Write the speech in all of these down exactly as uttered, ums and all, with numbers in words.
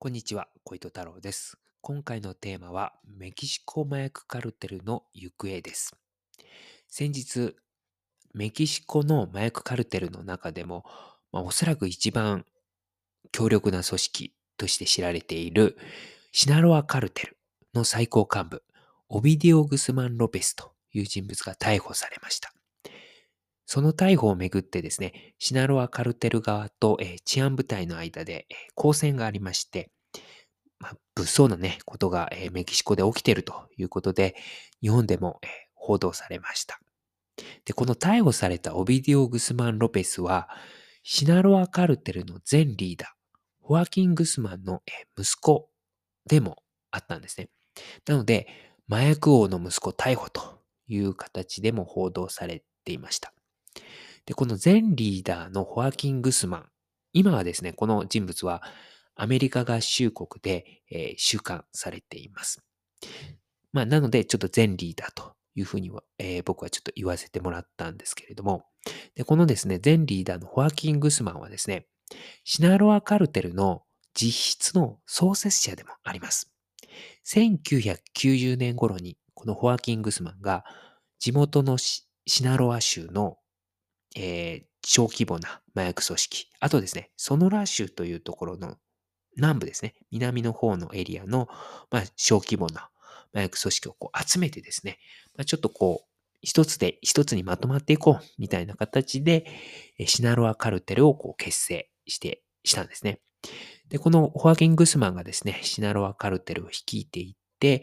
こんにちは、小糸太郎です。今回のテーマは、メキシコ麻薬カルテルの行方です。先日、メキシコの麻薬カルテルの中でも、まあ、おそらく一番強力な組織として知られているシナロアカルテルの最高幹部、オビディオ・グスマン・ロペスという人物が逮捕されました。その逮捕をめぐってですね、シナロアカルテル側と、えー治安部隊の間で、えー交戦がありまして、まあ、物騒なね、ことが、えーメキシコで起きているということで、日本でも、えー報道されました。で、この逮捕されたオビディオ・グスマン・ロペスは、シナロア・カルテルの前リーダー、ホアキン・グスマンの、えー息子でもあったんですね。なので、麻薬王の息子逮捕という形でも報道されていました。で、この前リーダーのホアキン・グスマン、今はですね、この人物はアメリカ合衆国で、えー収監されています。まあ、なので、ちょっと前リーダーというふうには、えー僕はちょっと言わせてもらったんですけれども、で、このですね、前リーダーのホアキン・グスマンはですね、シナロア・カルテルの実質の創設者でもあります。せんきゅうひゃくきゅうじゅうねん頃に、このホアキン・グスマンが地元のシシナロア州のえー小規模な麻薬組織。あとですね、ソノラ州というところの南部ですね、南の方のエリアの、まあ、小規模な麻薬組織をこう集めてですね、まあ、ちょっとこう、一つで、一つにまとまっていこう、みたいな形で、えシナロアカルテルをこう結成して、したんですね。で、このホアキン・グスマンがですね、シナロアカルテルを率いていって、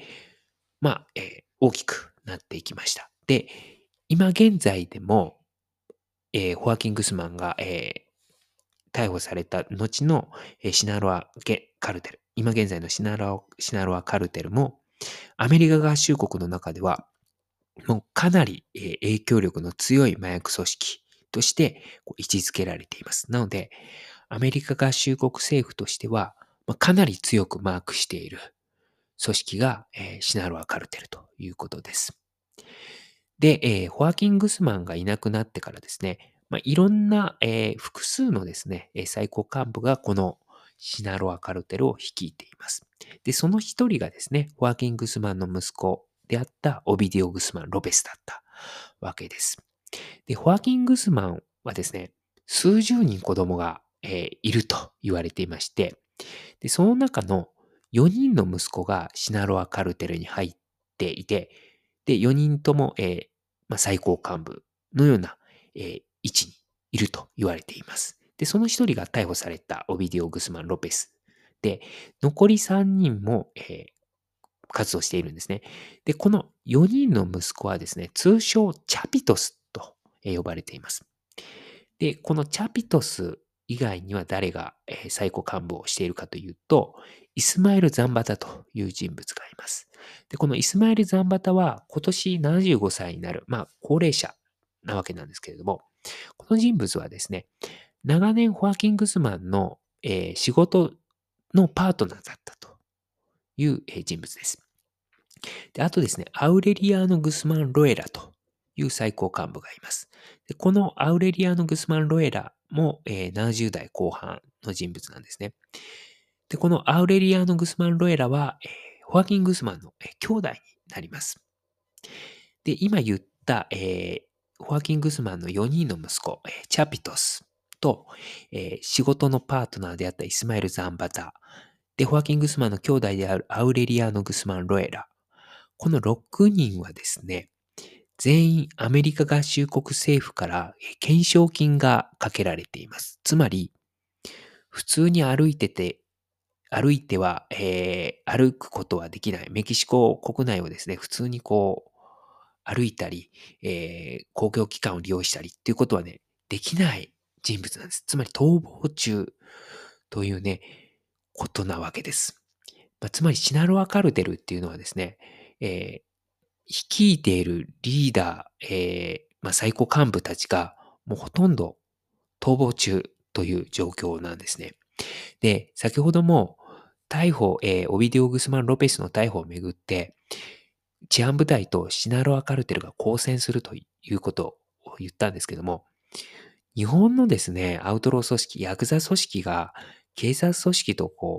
まあ、えー大きくなっていきました。で、今現在でも、えーホアキン・グスマンが、えー逮捕された後の、えーシナロアカルテル、今現在のシナロアシナロアカルテルも、アメリカ合衆国の中では、もうかなり、えー影響力の強い麻薬組織としてこう位置づけられています。なので、アメリカ合衆国政府としては、まあ、かなり強くマークしている組織が、えーシナロアカルテルということです。で、えーホアキン・グスマンがいなくなってからですね、まあ、いろんな、えー複数のですね、えー最高幹部がこのシナロア・カルテルを率いています。で、その一人がですね、ホアキン・グスマンの息子であったオビディオ・グスマン・ロペスだったわけです。で、ホアキン・グスマンはですね、数十人子供が、えーいると言われていまして、で、その中のよにんの息子がシナロア・カルテルに入っていて、で、よにんとも、えーまあ、最高幹部のような、えー位置にいると言われています。で、その一人が逮捕されたオビディオ・グスマン・ロペス。で、残りさんにんも、えー活動しているんですね。で、このよにんの息子はですね、通称チャピトスとえー呼ばれています。で、このチャピトス以外には誰がえー最高幹部をしているかというと、イスマイル・ザンバタという人物がいます。で、このイスマイル・ザンバタは今年ななじゅうごさいになる、まあ、高齢者なわけなんですけれども、この人物はですね、長年ホアキン・グスマンの、えー仕事のパートナーだったというえー人物です。で、あとですね、アウレリアーノ・グスマン・ロエラという最高幹部がいます。で、このアウレリアーノ・グスマン・ロエラも、えーななじゅう代後半の人物なんですね。で、このアウレリアーノ・グスマン・ロエラは、えーホアキン・グスマンの、えー兄弟になります。で、今言った、えーホアキン・グスマンのよにんの息子、えーチャピトスと、えー仕事のパートナーであったイスマイル・ザンバタ、で、ホアキン・グスマンの兄弟であるアウレリアーノ・グスマン・ロエラ、このろくにんはですね、全員アメリカ合衆国政府から懸賞金がかけられています。つまり、普通に歩いてて、歩いては、えー歩くことはできない。メキシコ国内をですね、普通にこう、歩いたり、えー公共機関を利用したりっていうことはね、できない人物なんです。つまり逃亡中というね、ことなわけです。まあ、つまりシナロアカルテルっていうのはですね、えー率いているリーダー、えーまあ、最高幹部たちがもうほとんど逃亡中という状況なんですね。で、先ほども逮捕、えーオビディオ・グスマン・ロペスの逮捕をめぐって、治安部隊とシナロアカルテルが交戦するということを言ったんですけども、日本のですね、アウトロー組織、ヤクザ組織が警察組織とこう、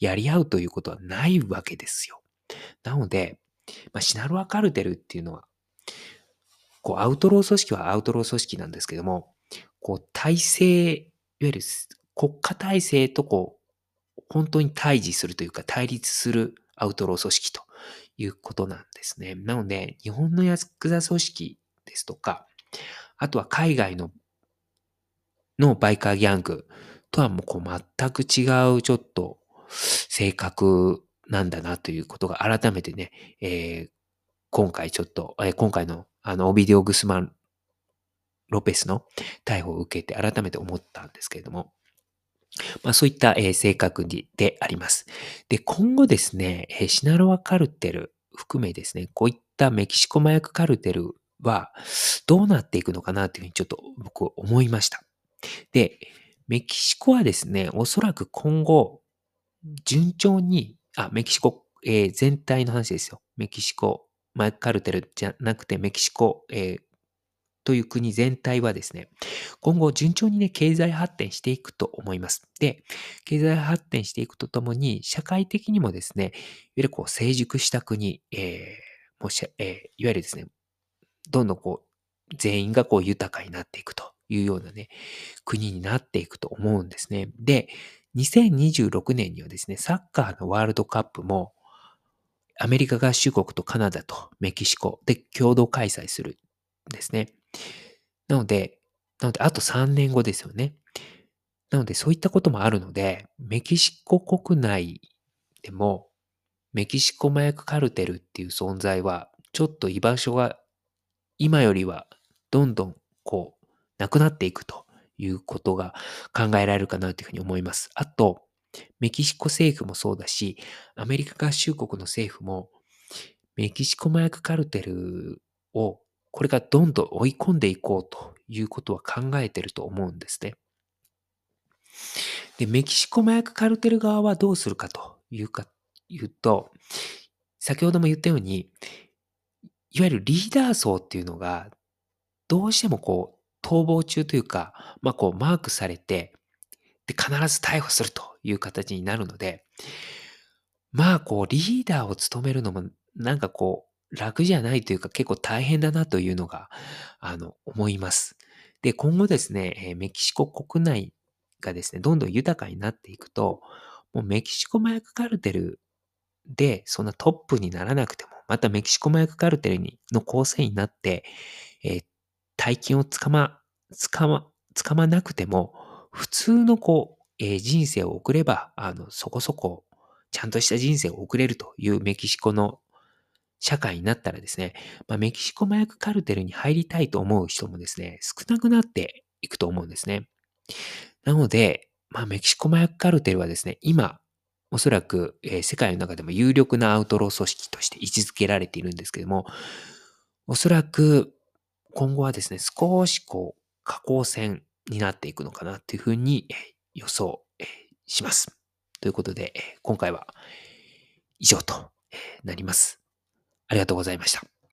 やり合うということはないわけですよ。なので、まあ、シナロアカルテルっていうのは、こう、アウトロー組織はアウトロー組織なんですけども、こう、体制、いわゆるす国家体制とこう、本当に対峙するというか、対立するアウトロー組織ということなんですね。なので、日本のヤクザ組織ですとか、あとは海外ののバイカーギャングとはもうこう全く違うちょっと性格なんだなということが改めてね、えー今回ちょっと、えー今回のあのオビディオ・グスマン・ロペスの逮捕を受けて改めて思ったんですけれども、まあそういった、えー性格にであります。で、今後ですね、えーシナロアカルテル含めですね、こういったメキシコ麻薬カルテルはどうなっていくのかなというふうにちょっと僕思いました。で、メキシコはですね、おそらく今後、順調に、あ、メキシコ、えー全体の話ですよ。メキシコ、マイクカルテルじゃなくて、メキシコ、えーという国全体はですね、今後順調にね、経済発展していくと思います。で、経済発展していくとともに、社会的にもですね、いわゆるこう成熟した国、えーもうしゃえーいわゆるですね、どんどんこう、全員がこう豊かになっていくというようなね、国になっていくと思うんですね。で、にせんにじゅうろくねんにはですね、サッカーのワールドカップもアメリカ合衆国とカナダとメキシコで共同開催するんですね。なので、なので、あとさんねんごですよね。なので、そういったこともあるので、メキシコ国内でも、メキシコ麻薬カルテルっていう存在は、ちょっと居場所が今よりはどんどんこう、なくなっていくということが考えられるかなというふうに思います。あと、メキシコ政府もそうだし、アメリカ合衆国の政府も、メキシコ麻薬カルテルをこれからどんどん追い込んでいこうということは考えてると思うんですね。で、メキシコ麻薬カルテル側はどうするかというか、いうと、先ほども言ったように、いわゆるリーダー層っていうのが、どうしてもこう、逃亡中というか、まあこう、マークされて、で、必ず逮捕するという形になるので、まあこう、リーダーを務めるのも、なんかこう、楽じゃないというか、結構大変だなというのが、あの、思います。で、今後ですね、えーメキシコ国内がですね、どんどん豊かになっていくと、もうメキシコ麻薬カルテルで、そんなトップにならなくても、またメキシコ麻薬カルテルにの構成になって、えー大金をつかま、つかま、つかまなくても、普通のこう、えー人生を送れば、あの、そこそこ、ちゃんとした人生を送れるというメキシコの社会になったらですね、まあ、メキシコ麻薬カルテルに入りたいと思う人もですね、少なくなっていくと思うんですね。なので、まあ、メキシコ麻薬カルテルはですね、今、おそらく、えー世界の中でも有力なアウトロー組織として位置づけられているんですけども、おそらく今後はですね、少しこう、下降線になっていくのかなというふうにえー予想えーします。ということで、えー今回は以上とえーなります。ありがとうございました。